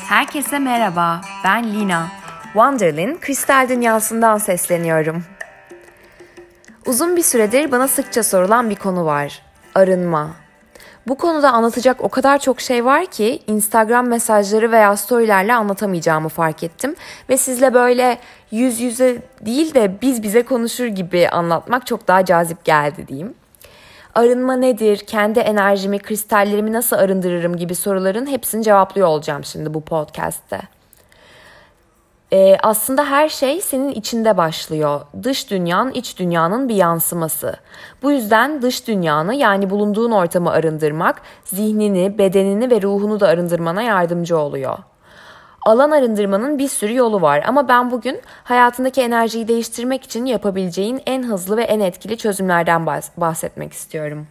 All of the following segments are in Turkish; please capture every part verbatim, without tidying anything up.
Herkese merhaba, ben Lina. Wonderlin Kristal Dünyası'ndan sesleniyorum. Uzun bir süredir bana sıkça sorulan bir konu var. Arınma. Bu konuda anlatacak o kadar çok şey var ki Instagram mesajları veya storylerle anlatamayacağımı fark ettim. Ve sizle böyle yüz yüze değil de biz bize konuşur gibi anlatmak çok daha cazip geldi diyeyim. Arınma nedir, kendi enerjimi, kristallerimi nasıl arındırırım gibi soruların hepsini cevaplıyor olacağım şimdi bu podcast'te. Ee, aslında her şey senin içinde başlıyor. Dış dünyan, iç dünyanın bir yansıması. Bu yüzden dış dünyanı, yani bulunduğun ortamı arındırmak, zihnini, bedenini ve ruhunu da arındırmana yardımcı oluyor. Alan arındırmanın bir sürü yolu var ama ben bugün hayatındaki enerjiyi değiştirmek için yapabileceğin en hızlı ve en etkili çözümlerden bahsetmek istiyorum.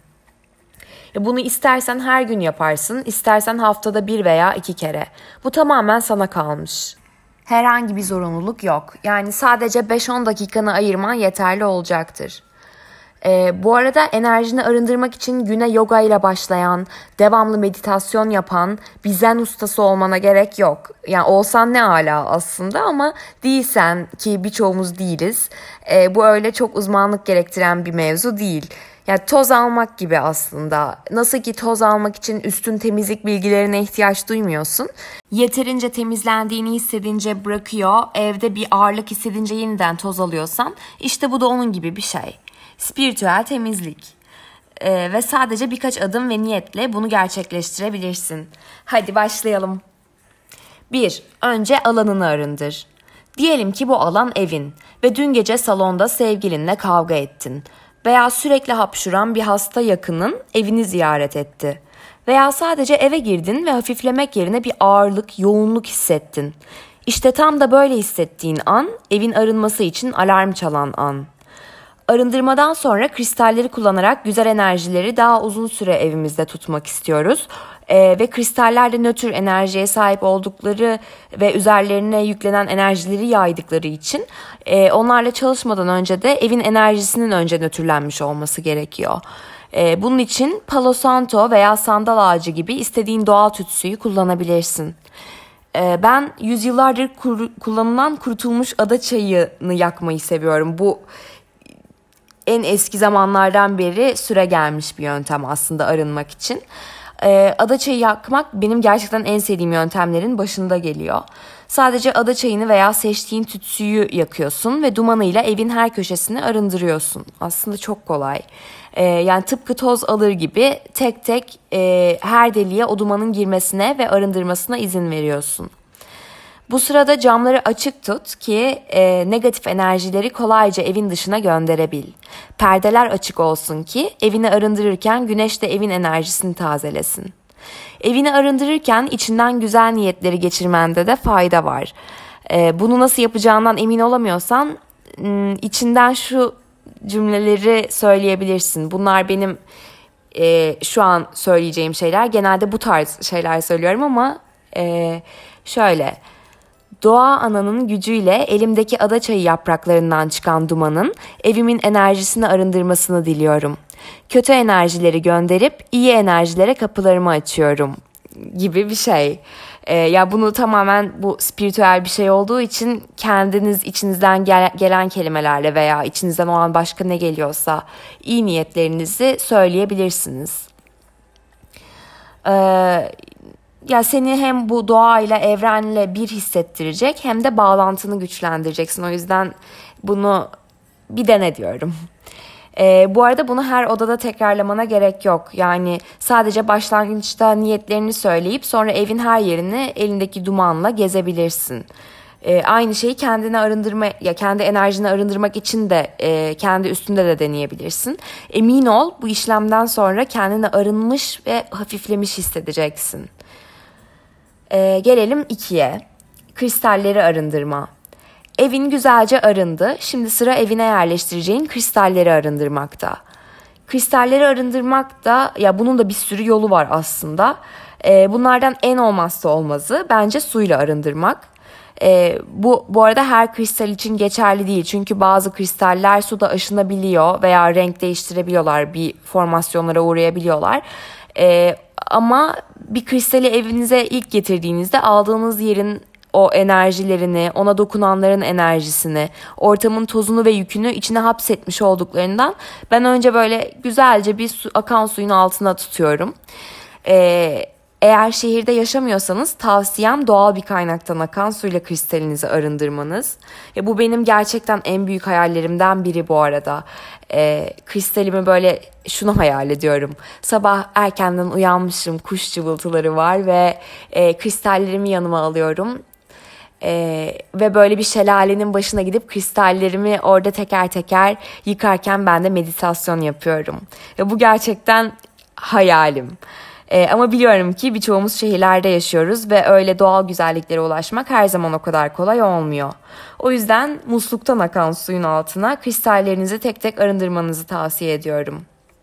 Bunu istersen her gün yaparsın, istersen haftada bir veya iki kere. Bu tamamen sana kalmış. Herhangi bir zorunluluk yok. Yani sadece beş on dakikanı ayırman yeterli olacaktır. Ee, bu arada enerjini arındırmak için güne yoga ile başlayan, devamlı meditasyon yapan, bir zen ustası olmana gerek yok. Yani olsan ne ala aslında ama değilsen, ki birçoğumuz değiliz. Ee, bu öyle çok uzmanlık gerektiren bir mevzu değil. Yani toz almak gibi aslında. Nasıl ki toz almak için üstün temizlik bilgilerine ihtiyaç duymuyorsun. Yeterince temizlendiğini hissedince bırakıyor, evde bir ağırlık hissedince yeniden toz alıyorsan, işte bu da onun gibi bir şey. Spiritüel temizlik. Ee, ve sadece birkaç adım ve niyetle bunu gerçekleştirebilirsin. Hadi başlayalım. bir. Önce alanını arındır. Diyelim ki bu alan evin ve dün gece salonda sevgilinle kavga ettin. Veya sürekli hapşuran bir hasta yakının evini ziyaret etti. Veya sadece eve girdin ve hafiflemek yerine bir ağırlık, yoğunluk hissettin. İşte tam da böyle hissettiğin an, evin arınması için alarm çalan an. Arındırmadan sonra kristalleri kullanarak güzel enerjileri daha uzun süre evimizde tutmak istiyoruz. Ee, ve kristaller de nötr enerjiye sahip oldukları ve üzerlerine yüklenen enerjileri yaydıkları için e, onlarla çalışmadan önce de evin enerjisinin önce nötrlenmiş olması gerekiyor. E, bunun için Palo Santo veya sandal ağacı gibi istediğin doğal tütsüyü kullanabilirsin. E, ben yüzyıllardır kur, kullanılan kurutulmuş ada çayını yakmayı seviyorum. Bu en eski zamanlardan beri süre gelmiş bir yöntem aslında arınmak için. Ee, ada çayı yakmak benim gerçekten en sevdiğim yöntemlerin başında geliyor. Sadece ada çayını veya seçtiğin tütsüyü yakıyorsun ve dumanıyla evin her köşesini arındırıyorsun. Aslında çok kolay. Ee, yani tıpkı toz alır gibi tek tek e, her deliğe o dumanın girmesine ve arındırmasına izin veriyorsun. Bu sırada camları açık tut ki e, negatif enerjileri kolayca evin dışına gönderebil. Perdeler açık olsun ki evini arındırırken güneş de evin enerjisini tazelesin. Evini arındırırken içinden güzel niyetleri geçirmende de fayda var. E, bunu nasıl yapacağından emin olamıyorsan içinden şu cümleleri söyleyebilirsin. Bunlar benim e, şu an söyleyeceğim şeyler. Genelde bu tarz şeyler söylüyorum ama e, şöyle... Doğa ananın gücüyle elimdeki ada çayı yapraklarından çıkan dumanın evimin enerjisini arındırmasını diliyorum. Kötü enerjileri gönderip iyi enerjilere kapılarımı açıyorum gibi bir şey. Ee, ya bunu tamamen bu spiritüel bir şey olduğu için kendiniz içinizden gel- gelen kelimelerle veya içinizden o an başka ne geliyorsa iyi niyetlerinizi söyleyebilirsiniz. Ee, Ya seni hem bu doğayla, evrenle bir hissettirecek hem de bağlantını güçlendireceksin. O yüzden bunu bir dene diyorum. Ee, bu arada bunu her odada tekrarlamana gerek yok. Yani sadece başlangıçta niyetlerini söyleyip sonra evin her yerini elindeki dumanla gezebilirsin. Ee, aynı şeyi kendine arındırma, ya kendi enerjini arındırmak için de e, kendi üstünde de deneyebilirsin. Emin ol, bu işlemden sonra kendini arınmış ve hafiflemiş hissedeceksin. Ee, gelelim ikiye. Kristalleri arındırma. Evin güzelce arındı. Şimdi sıra evine yerleştireceğin kristalleri arındırmakta. Kristalleri arındırmak da, ya bunun da bir sürü yolu var aslında. Ee, bunlardan en olmazsa olmazı bence suyla arındırmak. Ee, bu bu arada her kristal için geçerli değil. Çünkü bazı kristaller suda aşınabiliyor veya renk değiştirebiliyorlar, bir formasyonlara uğrayabiliyorlar. E, ama bir kristali evinize ilk getirdiğinizde aldığınız yerin o enerjilerini, ona dokunanların enerjisini, ortamın tozunu ve yükünü içine hapsetmiş olduklarından ben önce böyle güzelce bir su, akan suyun altına tutuyorum. Ee, eğer şehirde yaşamıyorsanız tavsiyem doğal bir kaynaktan akan suyla kristalinizi arındırmanız. Ya bu benim gerçekten en büyük hayallerimden biri bu arada. Ee, kristalimi böyle şunu hayal ediyorum. Sabah erkenden uyanmışım, kuş cıvıltıları var ve e, kristallerimi yanıma alıyorum. Ee, ve böyle bir şelalenin başına gidip kristallerimi orada teker teker yıkarken ben de meditasyon yapıyorum. Ve bu gerçekten hayalim. Ee, ama biliyorum ki birçoğumuz şehirlerde yaşıyoruz ve öyle doğal güzelliklere ulaşmak her zaman o kadar kolay olmuyor. O yüzden musluktan akan suyun altına kristallerinizi tek tek arındırmanızı tavsiye ediyorum.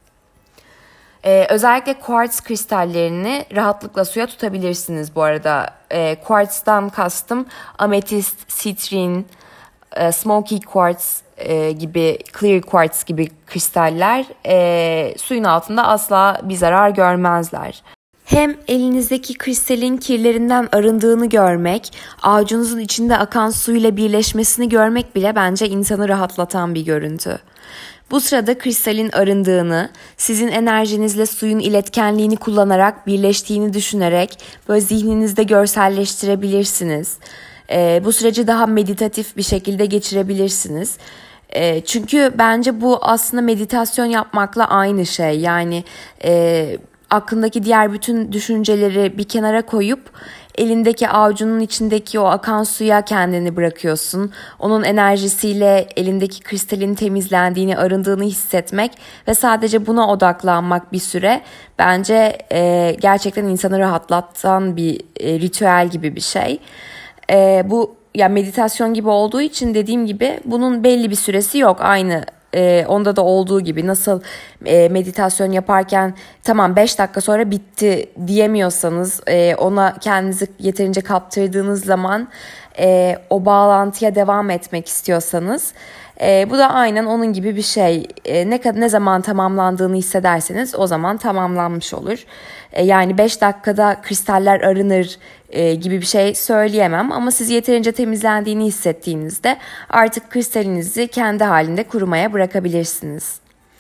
Ee, özellikle kuartz kristallerini rahatlıkla suya tutabilirsiniz bu arada. Ee, kuartz'tan kastım ametist, sitrin, e, smoky quartz e, gibi, clear quartz gibi kristaller e, suyun altında asla bir zarar görmezler. Hem elinizdeki kristalin kirlerinden arındığını görmek, avucunuzun içinde akan suyla birleşmesini görmek bile bence insanı rahatlatan bir görüntü. Bu sırada kristalin arındığını, sizin enerjinizle suyun iletkenliğini kullanarak birleştiğini düşünerek böyle zihninizde görselleştirebilirsiniz. Ee, bu süreci daha meditatif bir şekilde geçirebilirsiniz. Ee, çünkü bence bu aslında meditasyon yapmakla aynı şey. Yani e, aklındaki diğer bütün düşünceleri bir kenara koyup elindeki avucunun içindeki o akan suya kendini bırakıyorsun. Onun enerjisiyle elindeki kristalin temizlendiğini, arındığını hissetmek ve sadece buna odaklanmak bir süre bence e, gerçekten insanı rahatlatan bir e, ritüel gibi bir şey. E, bu ya meditasyon gibi olduğu için dediğim gibi bunun belli bir süresi yok. Aynı e, onda da olduğu gibi nasıl e, meditasyon yaparken tamam beş dakika sonra bitti diyemiyorsanız, e, ona kendinizi yeterince kaptırdığınız zaman e, o bağlantıya devam etmek istiyorsanız e, bu da aynen onun gibi bir şey. E, ne ne zaman tamamlandığını hissederseniz o zaman tamamlanmış olur. E, yani beş dakikada kristaller arınır e, gibi bir şey söyleyemem ama siz yeterince temizlendiğini hissettiğinizde artık kristalinizi kendi halinde kurumaya bırakabilirsiniz.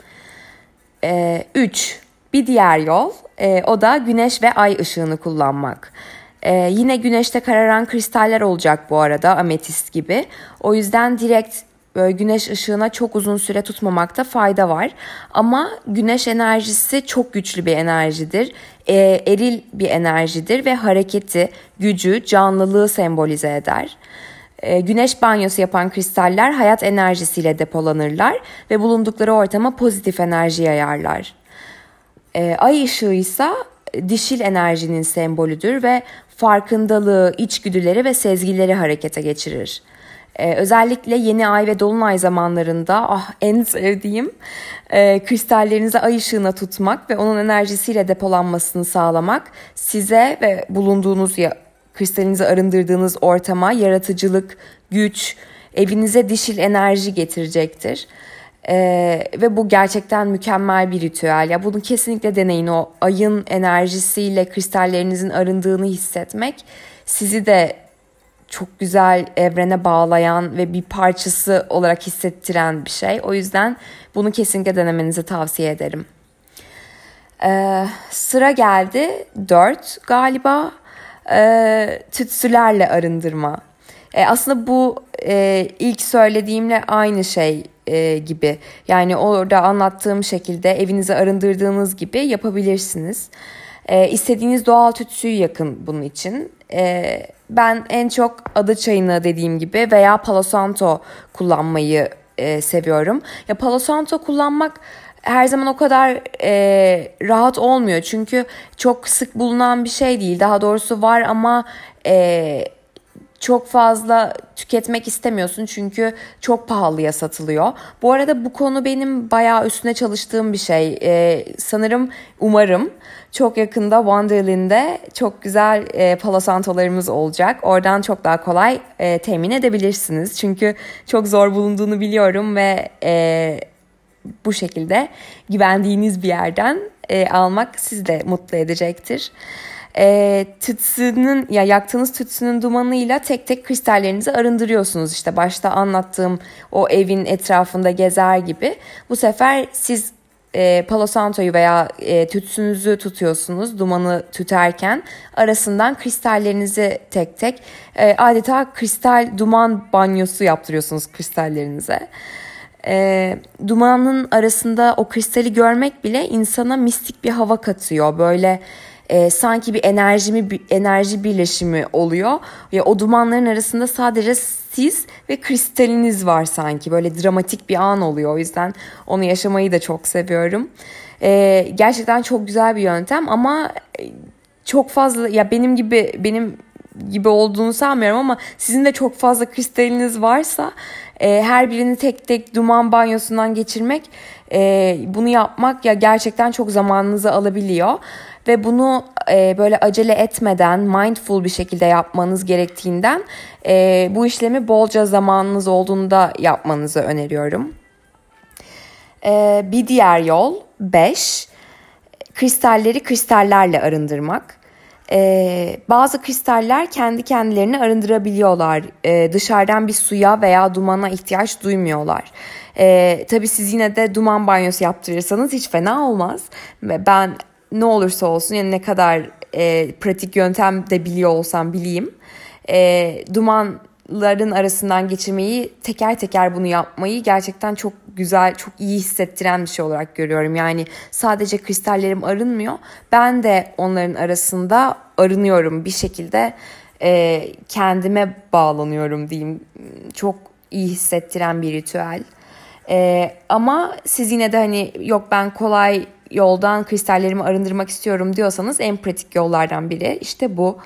üç. E, bir diğer yol e, o da güneş ve ay ışığını kullanmak. Ee, yine güneşte kararan kristaller olacak bu arada, ametist gibi. O yüzden direkt böyle güneş ışığına çok uzun süre tutmamakta fayda var. Ama güneş enerjisi çok güçlü bir enerjidir. Ee, eril bir enerjidir ve hareketi, gücü, canlılığı sembolize eder. Ee, güneş banyosu yapan kristaller hayat enerjisiyle depolanırlar ve bulundukları ortama pozitif enerji yayarlar. Ee, ay ışığı ise dişil enerjinin sembolüdür ve farkındalığı, içgüdüleri ve sezgileri harekete geçirir. Ee, özellikle yeni ay ve dolunay zamanlarında ah en sevdiğim e, kristallerinizi ay ışığına tutmak ve onun enerjisiyle depolanmasını sağlamak size ve bulunduğunuz ya, kristalinizi arındırdığınız ortama yaratıcılık, güç, evinize dişil enerji getirecektir. Ee, ve bu gerçekten mükemmel bir ritüel. Ya bunu kesinlikle deneyin. O ayın enerjisiyle kristallerinizin arındığını hissetmek sizi de çok güzel evrene bağlayan ve bir parçası olarak hissettiren bir şey. O yüzden bunu kesinlikle denemenizi tavsiye ederim. Ee, sıra geldi dört galiba ee, tütsülerle arındırma. Ee, aslında bu e, ilk söylediğimle aynı şey e, gibi. Yani orada anlattığım şekilde evinizi arındırdığınız gibi yapabilirsiniz. E, istediğiniz doğal tütsüyü yakın bunun için. E, ben en çok ada çayını dediğim gibi veya Palo Santo kullanmayı e, seviyorum. Ya Palo Santo kullanmak her zaman o kadar e, rahat olmuyor. Çünkü çok sık bulunan bir şey değil. Daha doğrusu var ama E, çok fazla tüketmek istemiyorsun çünkü çok pahalıya satılıyor. Bu arada bu konu benim bayağı üstüne çalıştığım bir şey. Ee, sanırım, umarım çok yakında Wonderland'de çok güzel e, Palo Santo'larımız olacak. Oradan çok daha kolay e, temin edebilirsiniz. Çünkü çok zor bulunduğunu biliyorum ve e, bu şekilde güvendiğiniz bir yerden e, almak sizi de mutlu edecektir. E, tütsünün ya yaktığınız tütsünün dumanıyla tek tek kristallerinizi arındırıyorsunuz. İşte başta anlattığım o evin etrafında gezer gibi. Bu sefer siz e, Palo Santo'yu veya e, tütsünüzü tutuyorsunuz dumanı tüterken, arasından kristallerinizi tek tek e, adeta kristal duman banyosu yaptırıyorsunuz kristallerinize. E, dumanın arasında o kristali görmek bile insana mistik bir hava katıyor. Böyle e, sanki bir enerji bir enerji birleşimi oluyor. Ya o dumanların arasında sadece siz ve kristaliniz var sanki. Böyle dramatik bir an oluyor. O yüzden onu yaşamayı da çok seviyorum. E, gerçekten çok güzel bir yöntem ama çok fazla ya benim gibi benim gibi olduğunu sanmıyorum ama sizin de çok fazla kristaliniz varsa e, her birini tek tek duman banyosundan geçirmek, e, bunu yapmak ya gerçekten çok zamanınızı alabiliyor ve bunu e, böyle acele etmeden mindful bir şekilde yapmanız gerektiğinden e, bu işlemi bolca zamanınız olduğunda yapmanızı öneriyorum. E, bir diğer yol beş, kristalleri kristallerle arındırmak. Ee, bazı kristaller kendi kendilerini arındırabiliyorlar. Ee, dışarıdan bir suya veya dumana ihtiyaç duymuyorlar. Ee, tabii siz yine de duman banyosu yaptırırsanız hiç fena olmaz. Ben ne olursa olsun, yani ne kadar e, pratik yöntem de biliyor olsam bileyim, e, dumanların arasından geçirmeyi, teker teker bunu yapmayı gerçekten çok güzel, çok iyi hissettiren bir şey olarak görüyorum. Yani sadece kristallerim arınmıyor, ben de onların arasında arınıyorum bir şekilde, e, kendime bağlanıyorum diyeyim. Çok iyi hissettiren bir ritüel. E, ama siz yine de hani yok ben kolay yoldan kristallerimi arındırmak istiyorum diyorsanız en pratik yollardan biri işte bu.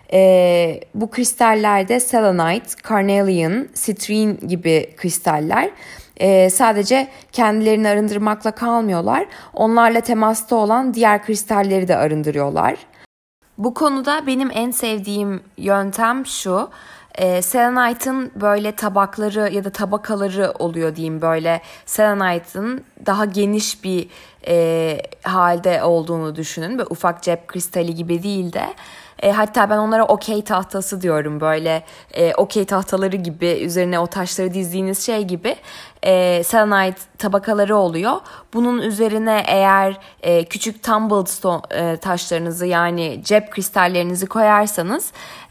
E, bu kristallerde selenite, carnelian, citrine gibi kristaller. Ee, sadece kendilerini arındırmakla kalmıyorlar. Onlarla temasta olan diğer kristalleri de arındırıyorlar. Bu konuda benim en sevdiğim yöntem şu. E, selenite'ın böyle tabakları ya da tabakaları oluyor diyeyim. Böyle selenite'ın daha geniş bir e, halde olduğunu düşünün. Böyle ufak cep kristali gibi değil de. E, hatta ben onlara okey tahtası diyorum. Böyle e, okey tahtaları gibi, üzerine o taşları dizdiğiniz şey gibi e, selenite tabakaları oluyor. Bunun üzerine eğer e, küçük tumbled stone, e, taşlarınızı, yani cep kristallerinizi koyarsanız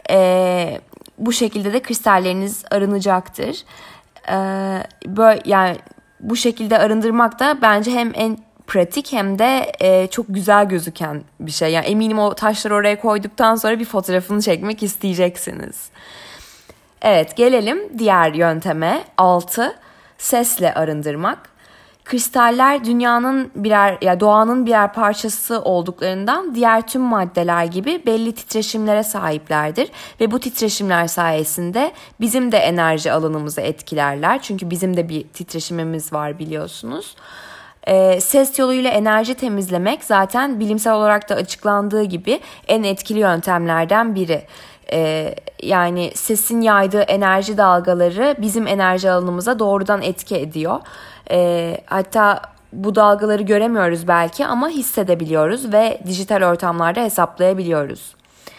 e, bu şekilde de kristalleriniz arınacaktır. E, böyle yani bu şekilde arındırmak da bence hem en pratik hem de e, çok güzel gözüken bir şey. Yani eminim o taşları oraya koyduktan sonra bir fotoğrafını çekmek isteyeceksiniz. Evet, gelelim diğer yönteme. altı. Sesle arındırmak. Kristaller dünyanın birer, ya doğanın birer parçası olduklarından diğer tüm maddeler gibi belli titreşimlere sahiplerdir ve bu titreşimler sayesinde bizim de enerji alanımızı etkilerler. Çünkü bizim de bir titreşimimiz var, biliyorsunuz. E, ses yoluyla enerji temizlemek zaten bilimsel olarak da açıklandığı gibi en etkili yöntemlerden biri. E, yani sesin yaydığı enerji dalgaları bizim enerji alanımıza doğrudan etki ediyor. E, hatta bu dalgaları göremiyoruz belki ama hissedebiliyoruz ve dijital ortamlarda hesaplayabiliyoruz.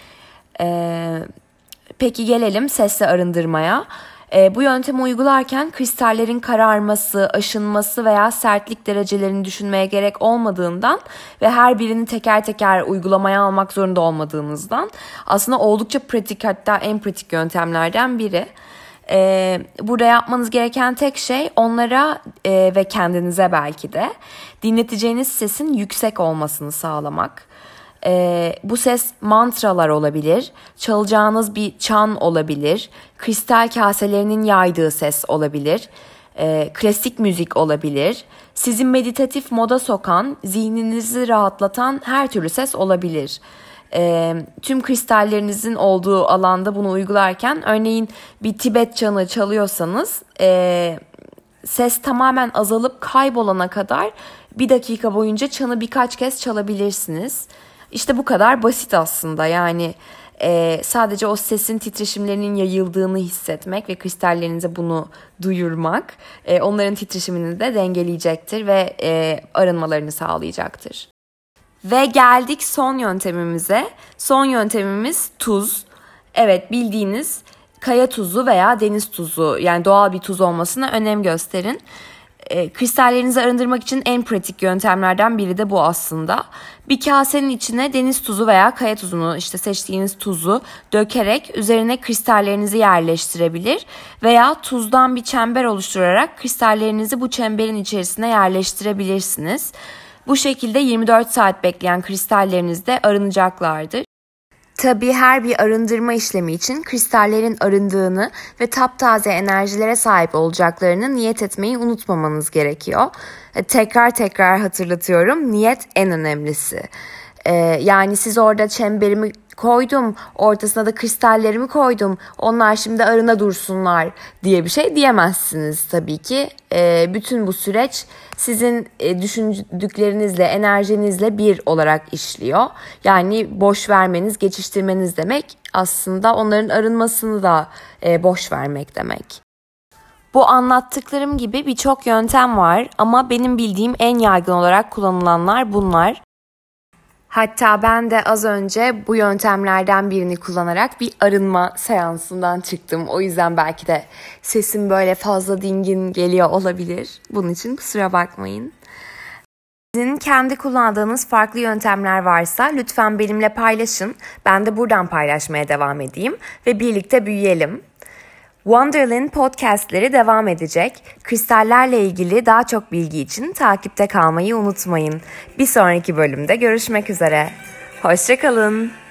E, peki gelelim sesle arındırmaya. E, bu yöntemi uygularken kristallerin kararması, aşınması veya sertlik derecelerini düşünmeye gerek olmadığından ve her birini teker teker uygulamaya almak zorunda olmadığınızdan aslında oldukça pratik, hatta en pratik yöntemlerden biri. E, burada yapmanız gereken tek şey onlara e, ve kendinize belki de dinleteceğiniz sesin yüksek olmasını sağlamak. Ee, bu ses mantralar olabilir, çalacağınız bir çan olabilir, kristal kaselerinin yaydığı ses olabilir, e, klasik müzik olabilir, sizi meditatif moda sokan, zihninizi rahatlatan her türlü ses olabilir. E, tüm kristallerinizin olduğu alanda bunu uygularken, örneğin bir Tibet çanı çalıyorsanız, e, ses tamamen azalıp kaybolana kadar bir dakika boyunca çanı birkaç kez çalabilirsiniz. İşte bu kadar basit aslında. Yani e, sadece o sesin titreşimlerinin yayıldığını hissetmek ve kristallerinize bunu duyurmak e, onların titreşimini de dengeleyecektir ve e, arınmalarını sağlayacaktır. Ve geldik son yöntemimize. Son yöntemimiz tuz. Evet, bildiğiniz kaya tuzu veya deniz tuzu, yani doğal bir tuz olmasına önem gösterin. E, kristallerinizi arındırmak için en pratik yöntemlerden biri de bu aslında. Bir kasenin içine deniz tuzu veya kaya tuzunu, işte seçtiğiniz tuzu dökerek üzerine kristallerinizi yerleştirebilir veya tuzdan bir çember oluşturarak kristallerinizi bu çemberin içerisine yerleştirebilirsiniz. Bu şekilde yirmi dört saat bekleyen kristalleriniz de arınacaklardır. Tabii her bir arındırma işlemi için kristallerin arındığını ve taptaze enerjilere sahip olacaklarını niyet etmeyi unutmamanız gerekiyor. Tekrar tekrar hatırlatıyorum, niyet en önemlisi. Ee, yani siz orada çemberimi koydum, ortasına da kristallerimi koydum, onlar şimdi arına dursunlar diye bir şey diyemezsiniz tabii ki. Ee, bütün bu süreç sizin e, düşündüklerinizle, enerjinizle bir olarak işliyor. Yani boş vermeniz, geçiştirmeniz demek, aslında onların arınmasını da e, boş vermek demek. Bu anlattıklarım gibi birçok yöntem var ama benim bildiğim en yaygın olarak kullanılanlar bunlar. Hatta ben de az önce bu yöntemlerden birini kullanarak bir arınma seansından çıktım. O yüzden belki de sesim böyle fazla dingin geliyor olabilir. Bunun için kusura bakmayın. Sizin kendi kullandığınız farklı yöntemler varsa lütfen benimle paylaşın. Ben de buradan paylaşmaya devam edeyim ve birlikte büyüyelim. Wonderland podcastleri devam edecek. Kristallerle ilgili daha çok bilgi için takipte kalmayı unutmayın. Bir sonraki bölümde görüşmek üzere. Hoşça kalın.